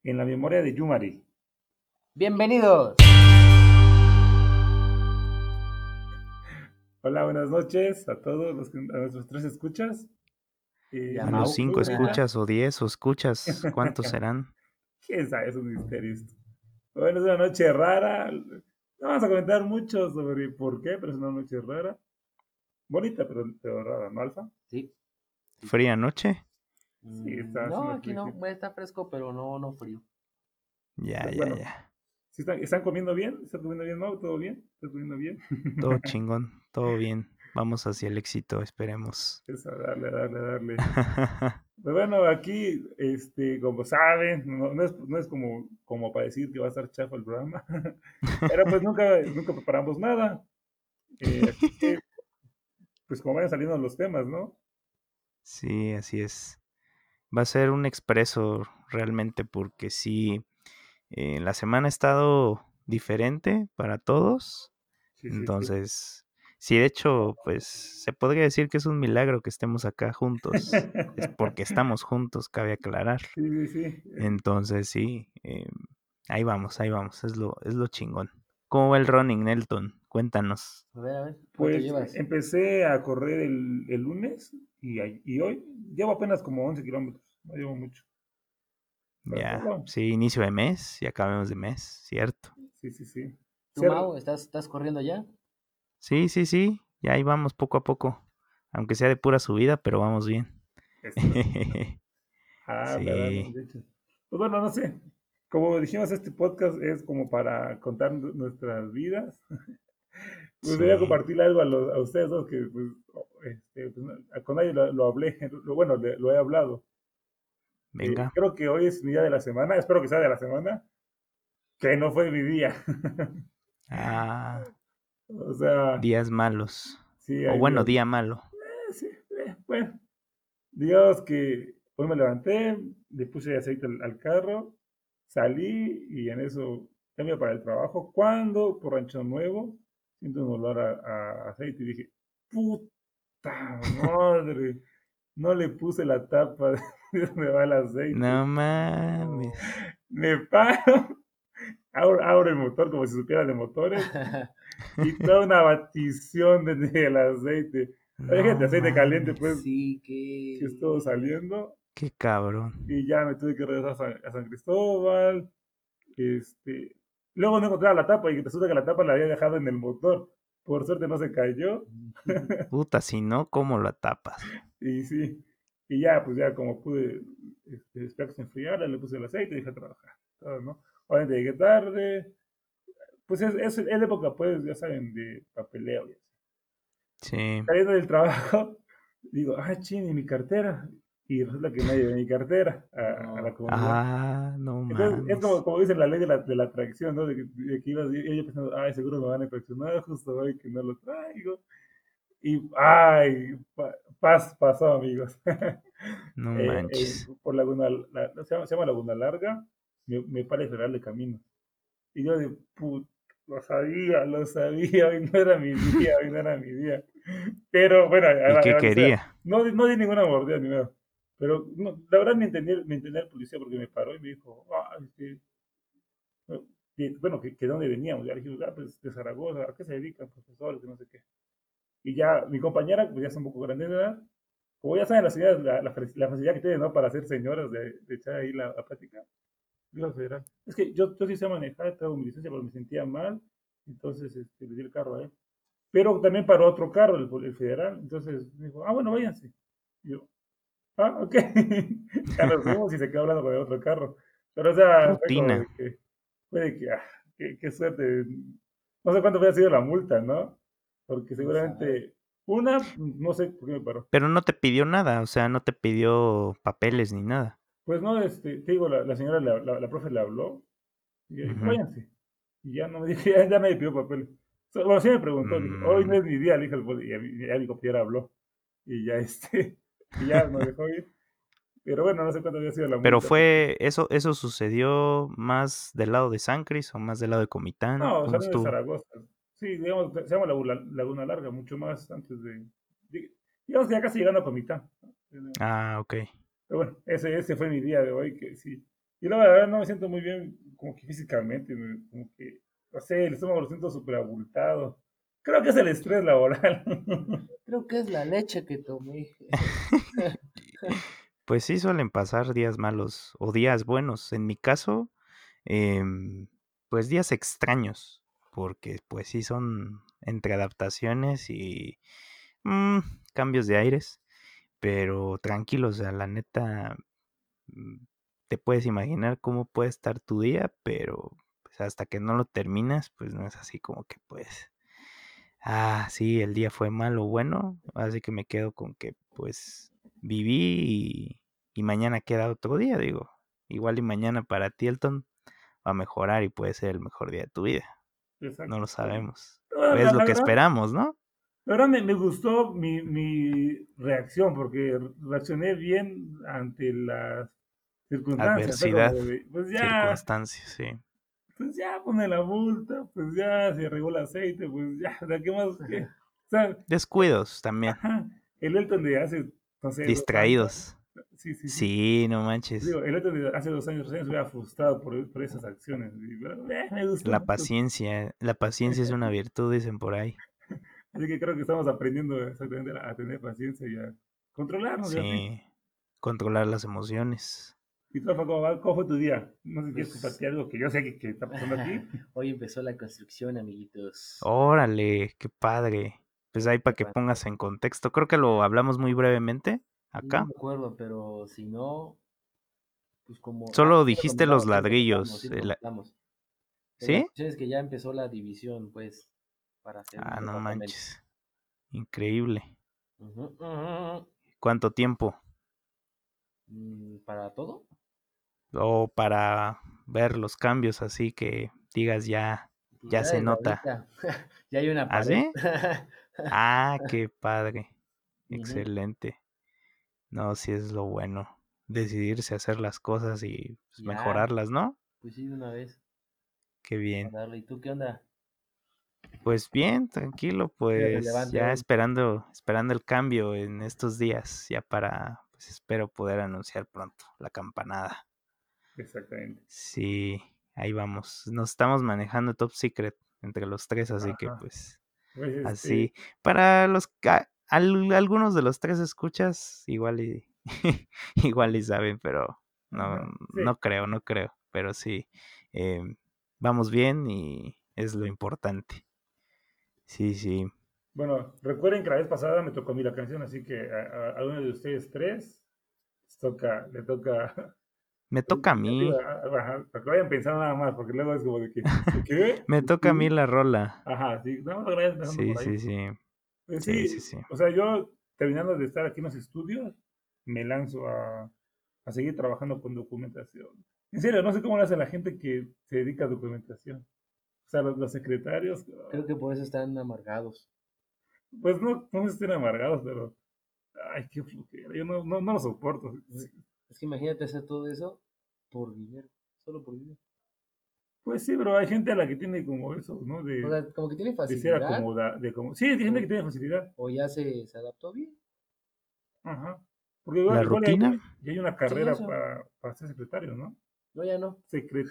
en la memoria de Yumari. Bienvenidos. Hola, buenas noches a todos a nuestros tres escuchas. Ya, A los Mau. 5 escuchas o 10 o escuchas, ¿cuántos serán? ¿Quién sabe? Es un misterio esto. Bueno, es una noche rara. No vamos a comentar mucho sobre por qué, pero es una noche rara. Bonita, pero rara, ¿no, Alfa? Sí. ¿Fría noche? Sí, está No, haciendo aquí no. frío. Bueno, está fresco, pero no frío. Ya, ya, Bueno, ya. ¿sí están comiendo bien? ¿Están comiendo bien, Mau? ¿Todo bien? ¿Estás comiendo bien? Todo chingón, todo bien. Vamos hacia el éxito, esperemos. Eso, darle. Pues bueno, aquí, como saben, no es como para decir que va a estar chafa el programa, pero pues nunca preparamos nada. Así que, pues como vayan saliendo los temas, ¿no? Sí, así es. Va a ser un expreso realmente porque sí, la semana ha estado diferente para todos. Sí. Entonces, sí, de hecho, pues se podría decir que es un milagro que estemos acá juntos. Es porque estamos juntos, cabe aclarar. Sí. Entonces, sí, ahí vamos, es lo chingón. ¿Cómo va el running, Nelton? Cuéntanos. A ver, ¿cuánto Pues llevas? empecé a correr el lunes y hoy llevo apenas como 11 kilómetros, no llevo mucho. Pero pues Ya, bueno, sí, inicio de mes y acabemos de mes, ¿cierto? sí. ¿Tú, Mau, estás corriendo ya? Sí, ya ahí vamos poco a poco. Aunque sea de pura subida, pero vamos bien. Eso. Darle, Sí, muchachos. Pues bueno, no sé. Como dijimos, este podcast es como para contar nuestras vidas. Me gustaría sí, compartir algo a ustedes dos que pues, con nadie lo hablé, bueno, lo he hablado. venga. Creo que hoy es mi día de la semana, espero que sea de la semana, que no fue mi día. Ah, O sea, días malos. sí, O hay bueno, días. día malo. Sí, bueno, Dios que hoy me levanté, le puse aceite al carro, salí y en eso cambio para el trabajo. Cuando por Rancho Nuevo siento un olor a aceite y dije, puta madre, no le puse la tapa de donde va el aceite. No mames. Me paro, abro el motor como si supiera de motores y toda una batición del aceite. Fíjate, No aceite caliente, pues, mames. Sí, que estuvo que... saliendo. Qué cabrón. Y ya me tuve que regresar a San Cristóbal. Este, luego no encontraba la tapa y resulta que la tapa la había dejado en el motor. Por suerte no se cayó. Puta, si no, ¿cómo la tapas? Y sí, y ya, pues ya como pude esperar que se enfriara, le puse el aceite y dije a trabajar. Todo, ¿no? Obviamente llegué tarde. Pues es época, pues, ya saben, de papeleo. Y así. Sí. Saliendo del trabajo, digo, ching, ¿y mi cartera? Y resulta que nadie ve mi cartera a la No. comunidad. Ah, no Entonces, es mames. como dice la ley de la atracción, ¿no? De que ibas, yo pensando, seguro me van a infeccionar justo hoy que no lo traigo. Y, pasó, amigos. No manches. Por Laguna, se llama Laguna Larga, me parece Federal de Camino. Y yo de, lo sabía, hoy no era mi día, hoy no era mi día. Pero bueno, ¿Y qué o sea, quería? no di ninguna mordida ni nada. Pero la verdad me entendió el policía porque me paró y me dijo, bueno, que de dónde veníamos. Ya le dijimos, pues de Zaragoza, ¿a qué se dedican profesores? Que no sé qué. Y ya mi compañera, pues ya es un poco grande de edad. Como ya saben las señoras, la facilidad que tienen, ¿no? Para ser señoras, de echar ahí la plática. Digo, federal. Es que yo sí sé manejar, tengo mi licencia, pero me sentía mal. Entonces, le di el carro a él. Pero también paró otro carro, el federal. Entonces me dijo, bueno, váyanse. Y yo, ok. Ya nos fuimos y se quedó hablando con el otro carro. Pero, o sea, fue como Rutina. de que, qué suerte. No sé cuánto había sido la multa, ¿no? Porque No sabe. seguramente, no sé por qué me paró. Pero no te pidió nada, o sea, no te pidió papeles ni nada. Pues no, te digo, la señora, la profe le habló y ella dijo, Ujú. váyanse. Y ya no me dije, ya nadie pidió papel. Bueno, sí me preguntó, dije, hoy no Mm, es mi día, le dije, y ya mi compañera habló. Y ya, y ya nos dejó ir. Pero bueno, no sé cuánto había sido la Pero multa. eso sucedió más del lado de San Cris o más del lado de Comitán. No, ¿Cómo salió de estuvo? Zaragoza. Sí, digamos, se llama Laguna Larga, mucho más antes digamos que ya casi llegando a Comitán. Ah, ok. Pero bueno, ese fue mi día de hoy, que sí. Y luego, la verdad, no me siento muy bien, como que físicamente, como que, no sé, el estómago lo siento súper abultado. Creo que es el estrés laboral. Creo que es la leche que tomé. Pues sí, suelen pasar días malos o días buenos. En mi caso, em, pues días extraños, porque pues sí son entre adaptaciones y mm, cambios de aires, pero tranquilos, o sea, la neta, mm, te puedes imaginar cómo puede estar tu día, pero pues, hasta que no lo terminas, pues no es así como que pues, sí, el día fue malo o bueno, así que me quedo con que pues viví y mañana queda otro día, digo, igual y mañana para ti, Elton, va a mejorar y puede ser el mejor día de tu vida, no Exacto. lo sabemos, No, es lo la que verdad, esperamos, ¿no? la verdad me gustó mi reacción, porque reaccioné bien ante las circunstancias. Fue como Adversidad, de, circunstancias, sí. pues ya pone la multa, pues ya se regó el aceite, pues ya, o sea, ¿qué más? ¿Qué? O sea, Descuidos también, ajá, el Elton de hace, no sé, 2 años, distraídos. sí, sí, sí. Sí, no manches. Digo, el Elton de hace 2 años recién se hubiera frustrado por esas acciones. Pero, me gustó mucho. La paciencia es una virtud, dicen por ahí. Así que creo que estamos aprendiendo exactamente a tener paciencia y a controlarnos y así. Sí, controlar las emociones. ¿Y tú, Rafa, cómo va? ¿Cómo fue tu día? No sé si quieres Pues compartir algo que yo sé que está pasando aquí. hoy empezó la construcción, amiguitos. Órale, qué padre. Pues ahí para que Bastante. pongas en contexto. Creo que lo hablamos muy brevemente No acá. me acuerdo, pero si no, pues como... Ah, Solo sí lo dijiste los comentamos, sí lo comentamos, sí ladrillos. lo comentamos. La ¿Sí? cuestión es que ya empezó la división, pues, para hacer un Ah, no departamento. manches. Increíble. Ujú, ujú. ¿Cuánto tiempo? ¿Para todo? O para ver los cambios así que digas ya, Pues ya ya se desde nota. ahorita. Ya hay una ¿Ah, pared. sí? Ah, qué padre. Ujú. Excelente. No, sí es lo bueno. Decidirse a hacer las cosas y pues, Ya, mejorarlas, ¿no? pues sí, de una vez. Qué A bien. darle. ¿Y tú qué onda? Pues bien, tranquilo, ¿Qué pues relevante ya hoy? esperando el cambio en estos días, ya para, pues espero poder anunciar pronto la campanada. Exactamente. Sí, ahí vamos. Nos estamos manejando top secret entre los tres, así que Ajá. pues Pues así. Para algunos de los tres escuchas, igual y igual y saben, pero no, ajá. Sí. no creo, no creo. Pero sí, vamos bien y es lo importante. Sí, sí. Bueno, recuerden que la vez pasada me tocó a mí la canción, así que a uno de ustedes tres le toca Me la toca a iniciativa. mí. Ajá, para que vayan pensando nada más, porque luego es como de que, ¿de qué? Me ¿De toca a mí qué? la rola. Ajá, sí, nada más lo vayan pensando Sí, por ahí. sí, sí. Pues Sí, sí, sí, sí. o sea, yo terminando de estar aquí en los estudios, me lanzo a seguir trabajando con documentación. En serio, no sé cómo lo hace la gente que se dedica a documentación. O sea, los secretarios, Creo que por eso están amargados. pues no sé si estén amargados, pero, ay, qué flojera, yo no lo soporto. Es que imagínate hacer todo eso por dinero, solo por dinero. Pues sí, pero hay gente a la que tiene como eso, ¿no? O sea, como que tiene De ser facilidad acomoda, sí, hay gente que o, tiene facilidad. o ya se adaptó bien. Ajá. Porque La igual rutina. ya hay una Sí, carrera eso. para ser secretario, ¿no? No, ya no.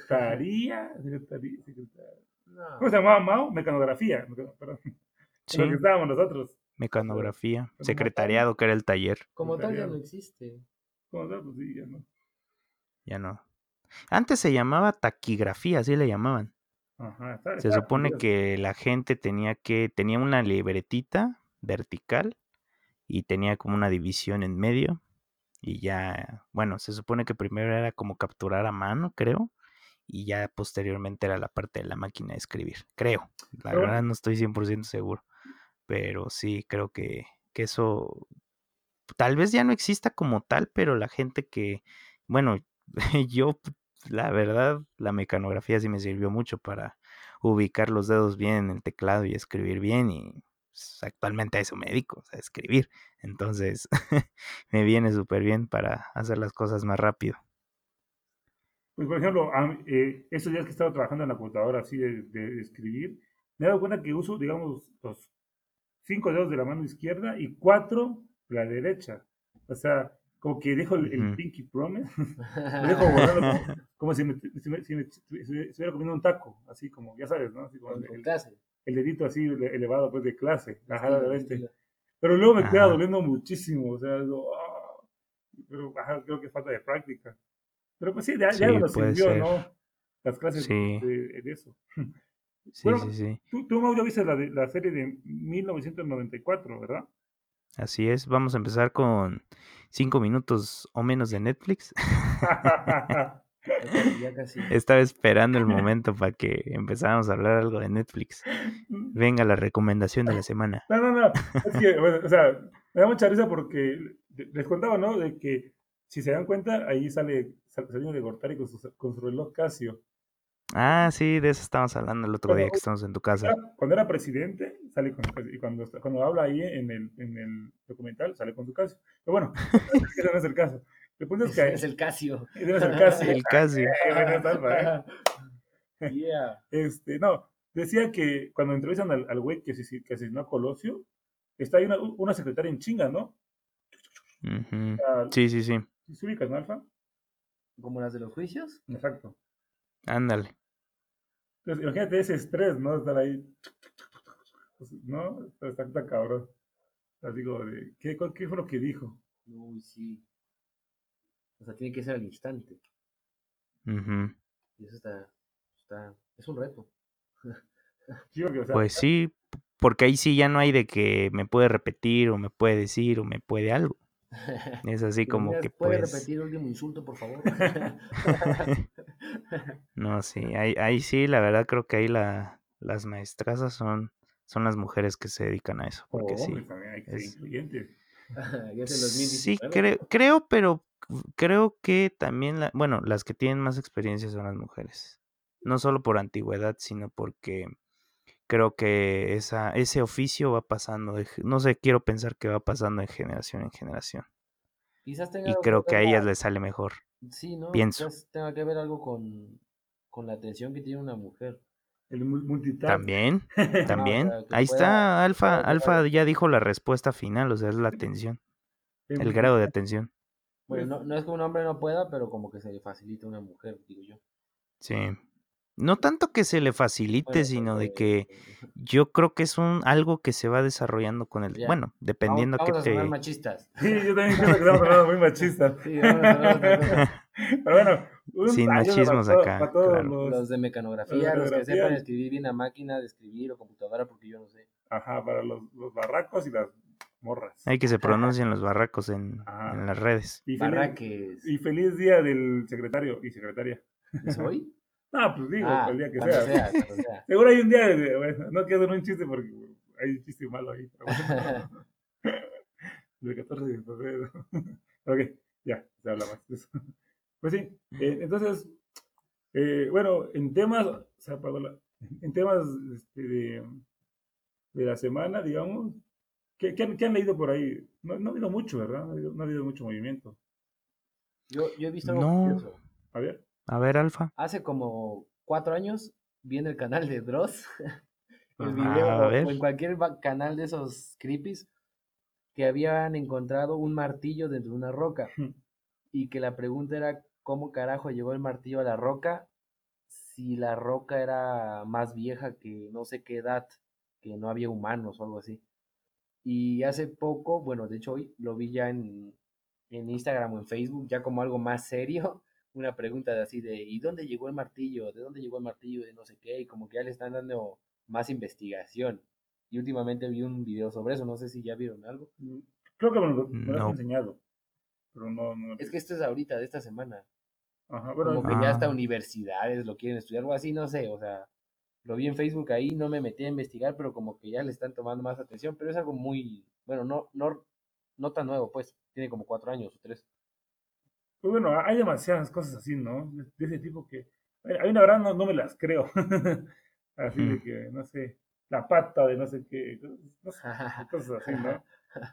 Secretaría. ¿Cómo se No. llamaba Mao? Mecanografía, perdón. En lo que Sí, estábamos nosotros. Pero, mecanografía. como tal, Secretariado, que era el taller. Como tal ya no secretariado. existe. Como tal, pues sí, ya no. Ya no. Antes se llamaba taquigrafía, así le llamaban. Ajá, Se estaba supone curioso. que la gente tenía una libretita vertical y tenía como una división en medio y ya, bueno, se supone que primero era como capturar a mano, creo, y ya posteriormente era la parte de la máquina de escribir, creo. La Pero verdad bueno, no estoy 100% seguro, pero sí creo que eso tal vez ya no exista como tal, pero la gente que, bueno, yo, la verdad, la mecanografía sí me sirvió mucho para ubicar los dedos bien en el teclado y escribir bien y pues, actualmente a eso me dedico, o sea, a escribir. Entonces, me viene súper bien para hacer las cosas más rápido. pues por ejemplo, estos días que he estado trabajando en la computadora así de escribir, me he dado cuenta que uso, digamos, los 5 dedos de la mano izquierda y 4 de la derecha. O sea, como que dijo el Ujú. Pinky Promise, lo dijo volando como si me estuviera comiendo un taco, así como, ya sabes, ¿no? Así como Con clase, el dedito así elevado, pues de clase, de ajá, de estilo, de 20. estilo. Pero luego me queda Ajá. doliendo muchísimo, o sea, digo, pero ajá, creo que es falta de práctica. Pero pues sí, de algo Sí, nos puede sirvió, ser. ¿no? Las clases Sí, de eso. sí, sí, Bueno, sí. tú Mauro, viste la serie de 1994, ¿verdad? Así es. Vamos a empezar con 5 minutos o menos de Netflix. Ya casi, ya casi. Estaba esperando el momento para que empezáramos a hablar algo de Netflix. Venga, la recomendación de la semana. No, no, no. Es que, bueno, o sea, me da mucha risa porque les contaba, ¿no? De que si se dan cuenta, ahí saliendo de Gortari con su reloj Casio. Ah, sí, de eso estábamos hablando el otro día que Cuando, estamos en tu casa. cuando era presidente, sale con su Casio. Y cuando habla ahí en el documental, sale con su Casio. Pero bueno, ese no es el caso. El punto es Ese que es el Casio. ese no es el Casio. El Casio. Qué bueno es Alfa, ¿eh? Yeah. No, decía que cuando entrevistan al güey que asesinó a Colosio, está ahí una secretaria en chinga, ¿no? Ujú. Ah, Sí, sí, sí. ¿sí se ubicas, no, Alfa? ¿Como las de los juicios? Exacto. Ándale. Entonces, imagínate ese estrés, ¿no? Estar ahí, pues, ¿no? Está cabrón. Así como de, ¿qué fue lo que dijo? Uy, sí. O sea, tiene que ser al instante. Ujú. Y eso es un reto. Sí, porque, o sea, Pues sí, porque ahí sí ya no hay de que me puede repetir o me puede decir o me puede algo. Es así como Leonidas, que ¿puede pues... repetir el último insulto, por favor? No, sí, ahí sí, la verdad creo que ahí las maestrazas son las mujeres que se dedican a eso, o porque hombres sí, también hay que ser es... incluyentes. Ya es el Sí, 2019. creo, pero creo que también, bueno, las que tienen más experiencia son las mujeres. No solo por antigüedad, sino porque creo que ese oficio va pasando, no sé, quiero pensar que va pasando de generación en generación. Quizás tenga Y algo que creo que ver a ellas les sale mejor, sí, ¿no? pienso. Quizás tenga que ver algo con la atención que tiene una mujer. El multitask. También, Ajá, o también. sea, Ahí está, que pueda Alfa, llevar, Alfa ya dijo la respuesta final, o sea, es la atención, El el grado de multitask, atención. bueno, pues, no es que un hombre no pueda, pero como que se le facilita a una mujer, digo yo. Sí. No tanto que se le facilite, Bueno, sino de que yo creo que es algo que se va desarrollando con el, ya, bueno, dependiendo a qué vamos a sonar te... machistas. sí, yo también siento que estamos hablando muy machistas. Sí, vamos a hablar de otra cosa. Pero bueno, un Sin ayuda para, machismos para acá, todos claro. los Los de de mecanografía, los que coreografía sepan y, escribir bien a máquina de escribir o computadora, porque yo no sé. ajá, para los barracos y las morras. Hay que se pronuncien los barracos en Ajá. las redes. Y feliz, Barraques. y feliz día del secretario y secretaria. ¿Es hoy? No, pues digo, el Ah, día que cuando sea. sea, cuando sea. Seguro hay un día, bueno, no quiero hacer un chiste porque hay un chiste malo ahí, pero bueno. El 14 de febrero. Ok, ya, se habla más de eso. Pues sí, entonces, bueno, en temas, se apagó en temas de la semana, digamos, ¿qué han leído por ahí? No ha habido mucho, ¿verdad? No ha habido mucho movimiento. Yo he visto algo No, curioso. A ver. a ver, Alfa. Hace como 4 años vi en el canal de Dross el Ajá. video A ver. o en cualquier canal de esos creepies que habían encontrado un martillo dentro de una roca y que la pregunta era cómo carajo llegó el martillo a la roca si la roca era más vieja que no sé qué edad, que no había humanos o algo así. Y hace poco, bueno, de hecho hoy lo vi ya en Instagram o en Facebook, ya como algo más serio, una pregunta de así de ¿y dónde llegó el martillo? ¿De dónde llegó el martillo? De no sé qué, y como que ya le están dando más investigación. Y últimamente vi un video sobre eso, no sé si ya vieron algo. Creo que me lo has No. enseñado, pero no. Es que esto es ahorita, de esta semana. Ajá, Como bueno, que ya hasta Ah, universidades lo quieren estudiar, algo así, no sé, o sea, lo vi en Facebook ahí, no me metí a investigar, pero como que ya le están tomando más atención, pero es algo muy, bueno, no tan nuevo, pues, tiene como 4 años o 3. pues bueno, hay demasiadas cosas así, ¿no? De ese tipo que, hay una verdad no me las creo. Así ujú. de que, no sé, la pata de no sé qué, no sé, cosas así, ¿no?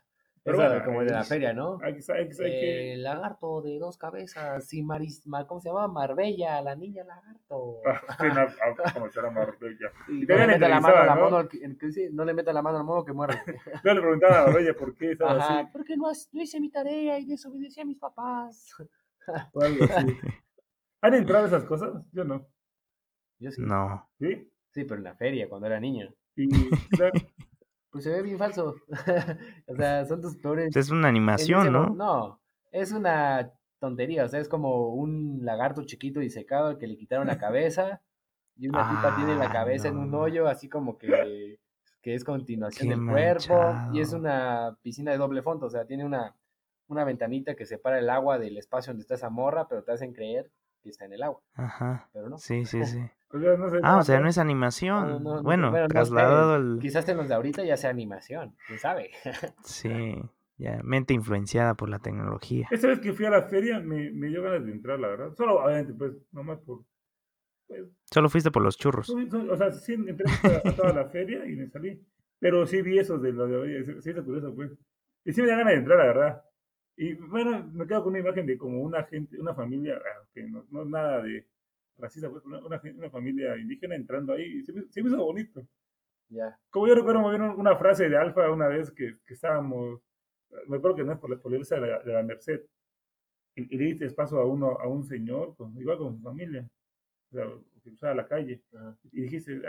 Pero Eso bueno, como de la feria, ¿no? hay que... Lagarto de 2 cabezas y ¿cómo se llama? Marbella, la niña lagarto. Sí, no, comenzar a Marbella. Y Y no le también meta la mano a entrevistaban, la mono, ¿no? no le meta la mano al mono que muerde. Yo le preguntaban a Marbella por qué estaba así, Ajá, porque no hice mi tarea y desobedecí a mis papás. o algo así. ¿Han entrado esas cosas? Yo no. Yo sí, No. ¿Sí? sí, pero en la feria, cuando era niño. Y, claro, Pues se ve bien falso. O sea, son tus peores. Es una En ese animación, ¿no? no, es una tontería. O sea, es como un lagarto chiquito y secado al que le quitaron la cabeza. Y una tipa tiene la Ah, cabeza en un no. hoyo, así como que es continuación Qué del cuerpo. Y es manchado. una piscina de doble fondo. O sea, tiene una ventanita que separa el agua del espacio donde está esa morra, pero te hacen creer que está en el agua. Ajá. Pero no. Sí, sí, sí. o sea, no sé Ah, o nada. sea, no es No, no, animación. no, Bueno, bueno, no sé. trasladado al... Quizás en los de ahorita ya sea animación. ¿Quién sabe? Sí, ya, mente influenciada por la tecnología. Esa vez que fui a la feria me dio ganas de entrar, la verdad. Solo, obviamente, pues, nomás por... Pues, Solo fuiste por los churros. o sea, sí entré a toda la feria y me salí. Pero sí vi esos de los de hoy, sí está curioso, pues. Y sí me da ganas de entrar, la verdad. Y bueno, me quedo con una imagen de como una gente, una familia, que no es nada de racista, pues, una familia indígena entrando ahí. Y se me hizo bonito. Ya. Como yo recuerdo muy bien una frase de Alfa una vez que estábamos, me acuerdo que no es por la iglesia de la Merced, y le diste paso a un señor, igual con su familia, o sea, que cruzaba la calle, Ajá. y dijiste,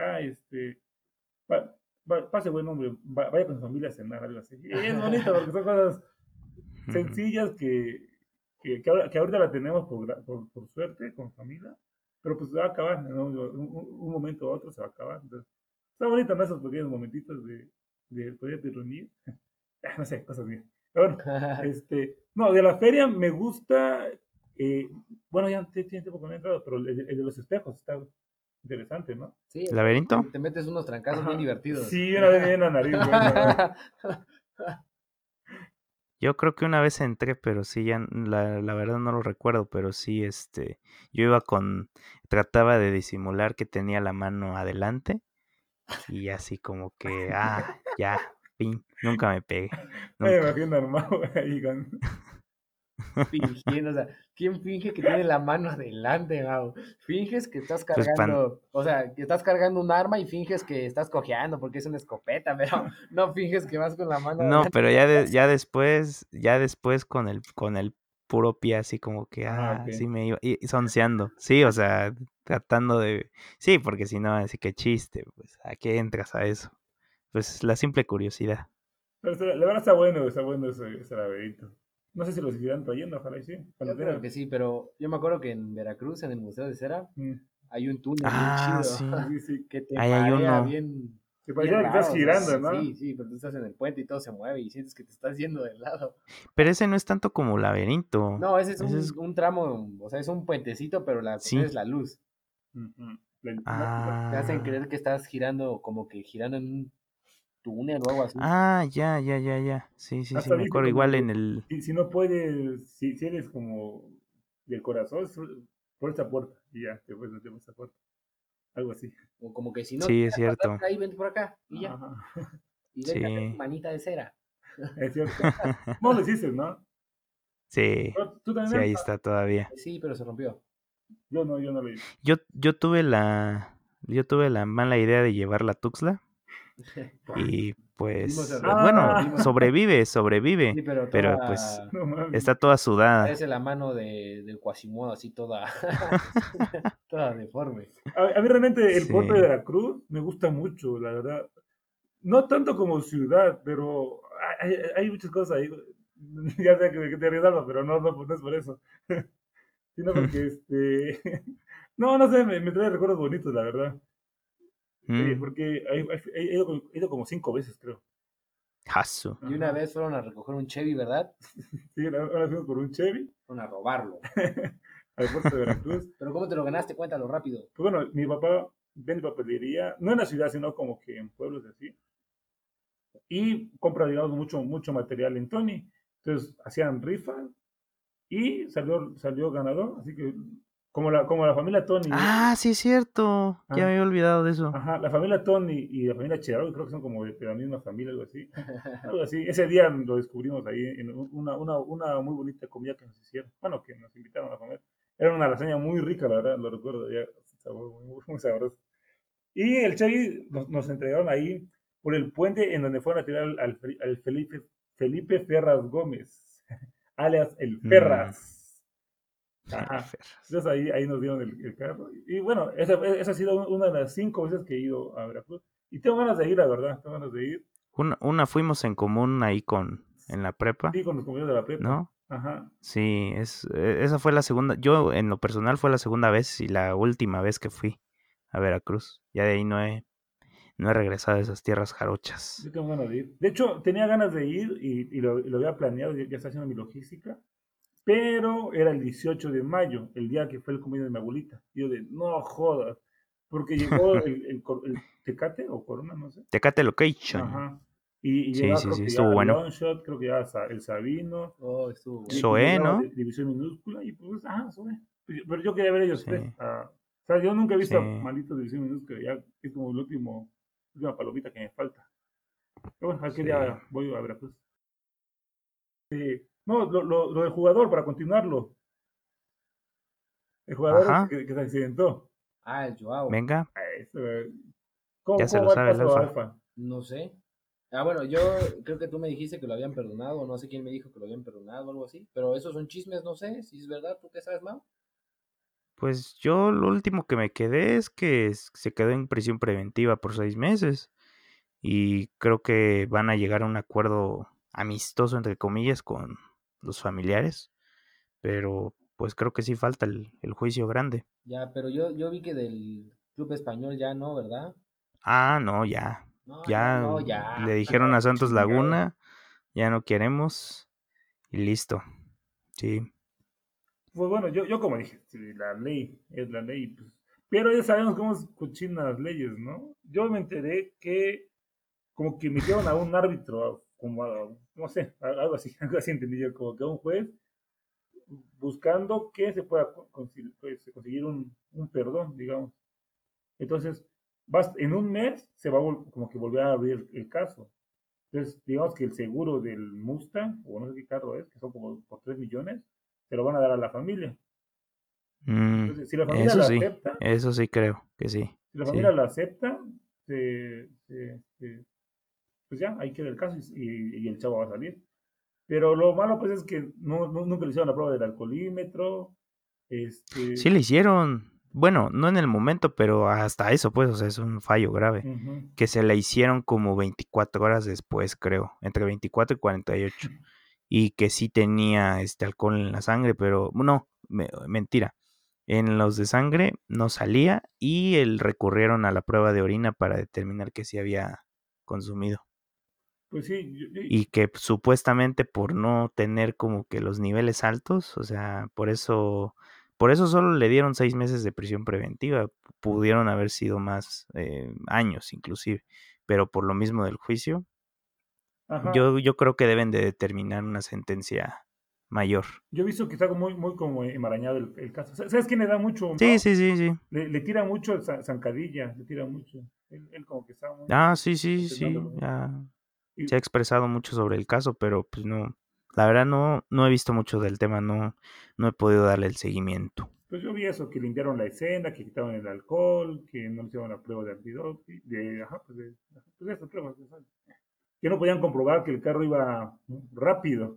va- pase buen hombre, vaya con su familia a cenar, algo así. Y es bonito porque son cosas sencillas que ahorita la tenemos por suerte, con familia, pero pues se va a acabar, ¿no? Un momento u otro se va a acabar. Entonces, está bonito, ¿no? Esos pequeños momentitos de poder reunir. No sé, cosas bien. Pero bueno, no, de la feria me gusta, eh, bueno, ya tiene tiempo que no he entrado, pero el de los espejos está interesante, ¿no? Sí, ¿Laberinto? te metes unos trancazos bien Ajá. divertidos. Sí, una vez me dio la nariz, bueno, Yo creo que una vez entré, pero sí, ya la verdad no lo recuerdo, pero sí, yo iba trataba de disimular que tenía la mano adelante y así como que, ya, fin, nunca me pegué, me nunca. imagino armado ahí Fingiendo, o sea, ¿quién finge que tiene la mano adelante, Mau? Finges que estás Pues cargando, o sea, que estás cargando un arma y finges que estás cojeando porque es una escopeta, pero no finges que vas con la mano no, adelante. pero ya después con el puro pie así como que, Ok. sí me iba, y sonceando, sí, o sea, tratando de, sí, porque si no, así que chiste, pues, ¿a qué entras a eso? Pues la simple curiosidad. Pero la verdad está bueno ese laberinto. No sé si lo seguirán trayendo, ojalá y sí, cuando Yo creo tengan. que sí, pero yo me acuerdo que en Veracruz, en el Museo de Cera, Mm, hay un túnel bien Ah, chido sí, sí, sí. que te ahí hay marea uno. bien, Que bien pareciera que estás raro, o sea, girando, ¿no? sí, sí, pero tú estás en el puente y todo se mueve y sientes que te estás yendo del lado. Pero ese no es tanto como laberinto. No, ese es Ese es, un tramo, o sea, es un puentecito, pero la cuestión sí. es la luz. Ujú. Te hacen Ah, creer que estás girando, como que girando en un túnel o algo así. ya, ya, ya, ya. Sí, sí, sí, Hasta me dice acuerdo. Igual como, en el. si no puedes, si eres como del corazón, por esta puerta, y ya, te puedes meter por esta puerta, algo así. O como que si no Sí, es quieres pasar cierto. por ahí, vente por acá y ya. Ajá, Y vete a hacer tu Sí. manita de cera. es cierto. No lo hiciste, ¿no? Sí, ¿Tú sí, también? ahí está todavía. Sí, pero se rompió. Yo no lo hice. Yo tuve la mala idea de llevar la Tuxtla y Vimos pues, el reporte, bueno, Ah, vimos. sobrevive, Sí, pero pero pues toda. no mames. está toda sudada. Parece la mano del Quasimodo, así toda. toda deforme. A mí realmente el puerto de Sí. Veracruz me gusta mucho, la verdad. No tanto como ciudad, pero hay muchas cosas ahí. Ya sé que te ríes, Alba, pero no es por eso. Sino porque, no sé, me trae recuerdos bonitos, la verdad. Mm, Porque he ido como 5 veces, creo. Jasu. Y una Ajá. vez fueron a recoger un Chevy, ¿verdad? Sí, ahora fuimos por un Chevy Fueron a robarlo. al puerto de Veracruz. Pero ¿cómo te lo ganaste? Cuéntalo rápido. Pues bueno, mi papá vende papelería, no en la ciudad, sino como que en pueblos así. Y compra, digamos, mucho material en Tony. Entonces hacían rifas y salió ganador. Así que como la familia Tony, Ah, sí, es cierto. Ya me ah, había olvidado de eso. ajá, la familia Tony y la familia Cherokee creo que son como de la misma familia, algo así. Algo así. Ese día lo descubrimos ahí en una muy bonita comida que nos hicieron. Bueno, que nos invitaron a comer. Era una lasaña muy rica, la verdad, lo recuerdo ya. Sabor muy sabroso. Y el Chevy nos entregaron ahí por el puente en donde fueron a tirar al Felipe Ferraz Gómez, alias el Mm, Ferraz. Ajá. Ferras. Entonces ahí nos dieron el carro. Y bueno, esa ha sido una de las 5 veces que he ido a Veracruz. Y tengo ganas de ir, la verdad, tengo ganas de ir. Una fuimos en común ahí en la prepa, Sí, con los compañeros de la prepa. ¿no? Ajá. Sí, esa fue la segunda. Yo, en lo personal, fue la segunda vez y la última vez que fui a Veracruz. Ya de ahí no he regresado a esas tierras jarochas. Yo tengo ganas de ir. De hecho, tenía ganas de ir y lo había planeado, ya está haciendo mi logística, pero era el 18 de mayo, el día que fue el cumpleaños de mi abuelita. Y yo de, no jodas, porque llegó el Tecate o Corona, no sé. Tecate Location. Ajá. Y Sí, llegaba, sí, creo sí, que ya estuvo el bueno. Longshot, creo que ya el Sabino, Oh, estuvo bueno. y Zoé, llegaba ¿no? División Minúscula, y pues, sube. Pero yo quería ver ellos tres. Sí, O sea, yo nunca he visto a sí, Malditos División Minúscula, ya es como la última palomita que me falta. Pero bueno, aquel sí. día voy a Veracruz. No, lo del jugador, para continuarlo. El jugador Ajá, que se accidentó. Ah, el Joao. venga, Eso, ¿cómo, ya se cómo lo va el sabe el caso, Alfa. Alfa? No sé. Ah, bueno, yo creo que tú me dijiste que lo habían perdonado, o no sé quién me dijo que lo habían perdonado o algo así, pero esos son chismes, no sé si es verdad, ¿tú qué sabes, Mau? Pues yo lo último que me quedé es que se quedó en prisión preventiva por 6 meses y creo que van a llegar a un acuerdo amistoso, entre comillas, con los familiares, pero pues creo que sí falta el juicio grande. Ya, pero yo vi que del club español ya no, ¿verdad? Ah, no, ya, No, ya ya no, ya. le dijeron a Santos Chingado. Laguna, ya no queremos y listo. Sí, Pues bueno, yo como dije, sí, la ley es la ley, pues, pero ya sabemos cómo es cochinas las leyes, ¿no? Yo me enteré que como que metieron a un árbitro, como no sé, algo así, algo así entendí yo, como que a un juez buscando que se pueda conseguir un perdón, digamos. Entonces, en un mes se va a como que volver a abrir el caso. Entonces, digamos que el seguro del Mustang, o no sé qué carro es, que son como por 3 millones, se lo van a dar a la familia. mm, Entonces, si la familia lo acepta, eso sí creo que sí, si la familia sí. lo acepta, pues ya, ahí queda el caso y el chavo va a salir. Pero lo malo pues es que nunca le hicieron la prueba del alcoholímetro. Sí Este, le hicieron, bueno, no en el momento, pero hasta eso, pues, o sea, es un fallo grave. ujú. Que se la hicieron como 24 horas después, creo, entre 24 y 48. Y que sí tenía alcohol en la sangre, pero no, mentira. En los de sangre no salía y recurrieron a la prueba de orina para determinar que sí había consumido. Pues sí, Y que supuestamente por no tener como que los niveles altos, o sea, por eso solo le dieron 6 meses de prisión preventiva, pudieron haber sido más años inclusive, pero por lo mismo del juicio, ajá. yo creo que deben de determinar una sentencia mayor. Yo he visto que está muy, muy como enmarañado el caso. ¿Sabes quién le da mucho, Sí, Mau? sí, sí, sí. Le tira mucho el Zancadilla, le tira mucho. Él como que está muy Ah, sí, sí, contentándolo sí, mucho. ya Y se ha expresado mucho sobre el caso, pero pues no, la verdad no he visto mucho del tema, no he podido darle el seguimiento. pues yo vi eso, que limpiaron la escena, que quitaron el alcohol, que no le hicieron la prueba de antidoping, pues esas pruebas, ya sabes. Que no podían comprobar que el carro iba rápido.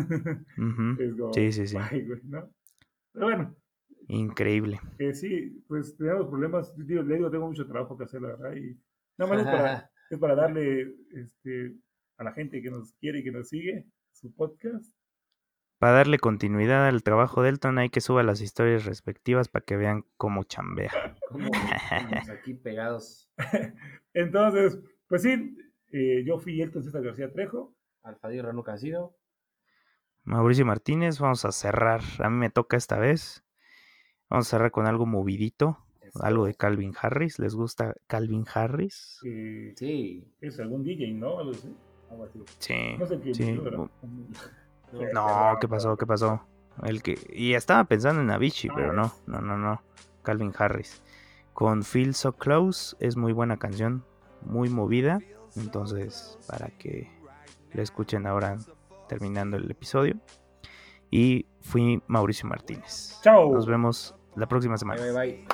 Ujú. Es como, Sí, sí, sí. ay, güey, ¿no? Pero bueno, Increíble. sí, pues tenemos problemas. Le digo, tengo mucho trabajo que hacer, la verdad, y nada más es para darle a la gente que nos quiere y que nos sigue su podcast. Para darle continuidad al trabajo de Elton, hay que suba las historias respectivas para que vean cómo chambea. Como estamos aquí pegados. Entonces, pues sí, yo fui Elton César García Trejo. Alfadir Rano Cancido. Mauricio Martínez, vamos a cerrar. A mí me toca esta vez. Vamos a cerrar con algo movidito. Algo de Eso. Calvin Harris. ¿Les gusta Calvin Harris? eh, Sí, es algún DJ, ¿no? Algo así. algo así. No Sí, sé qué sí. metió, ¿verdad? No, No, perdón, ¿qué pasó? perdón. ¿Qué pasó? Y estaba pensando en Avicii, pero no. Calvin Harris. Con Feel So Close es muy buena canción, muy movida. Entonces, para que la escuchen ahora terminando el episodio. Y fui Mauricio Martínez. Chao. Nos vemos la próxima semana. Bye.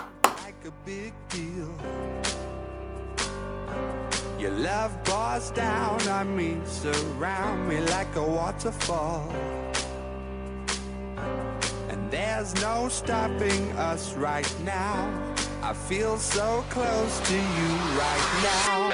Your love pours down on me, surround me like a waterfall. And there's no stopping us right now. I feel so close to you right now.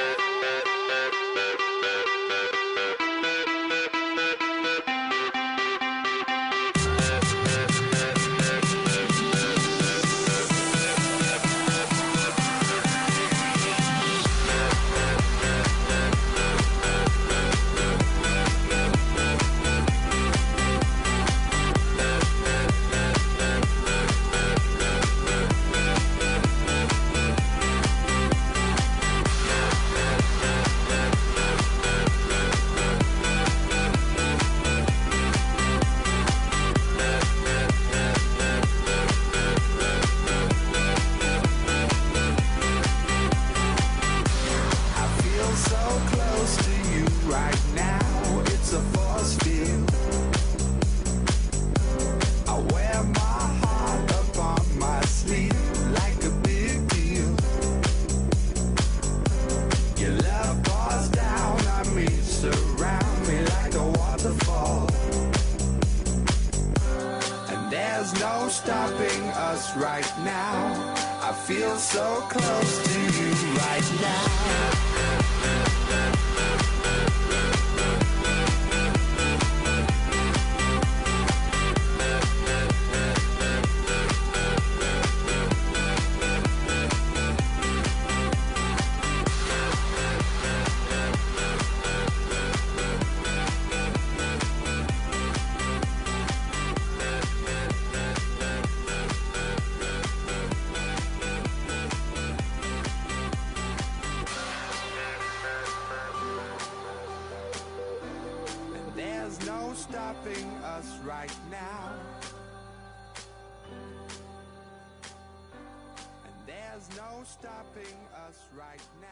Stopping us right now. I feel so close to you right now. Stopping us right now. And there's no stopping us right now.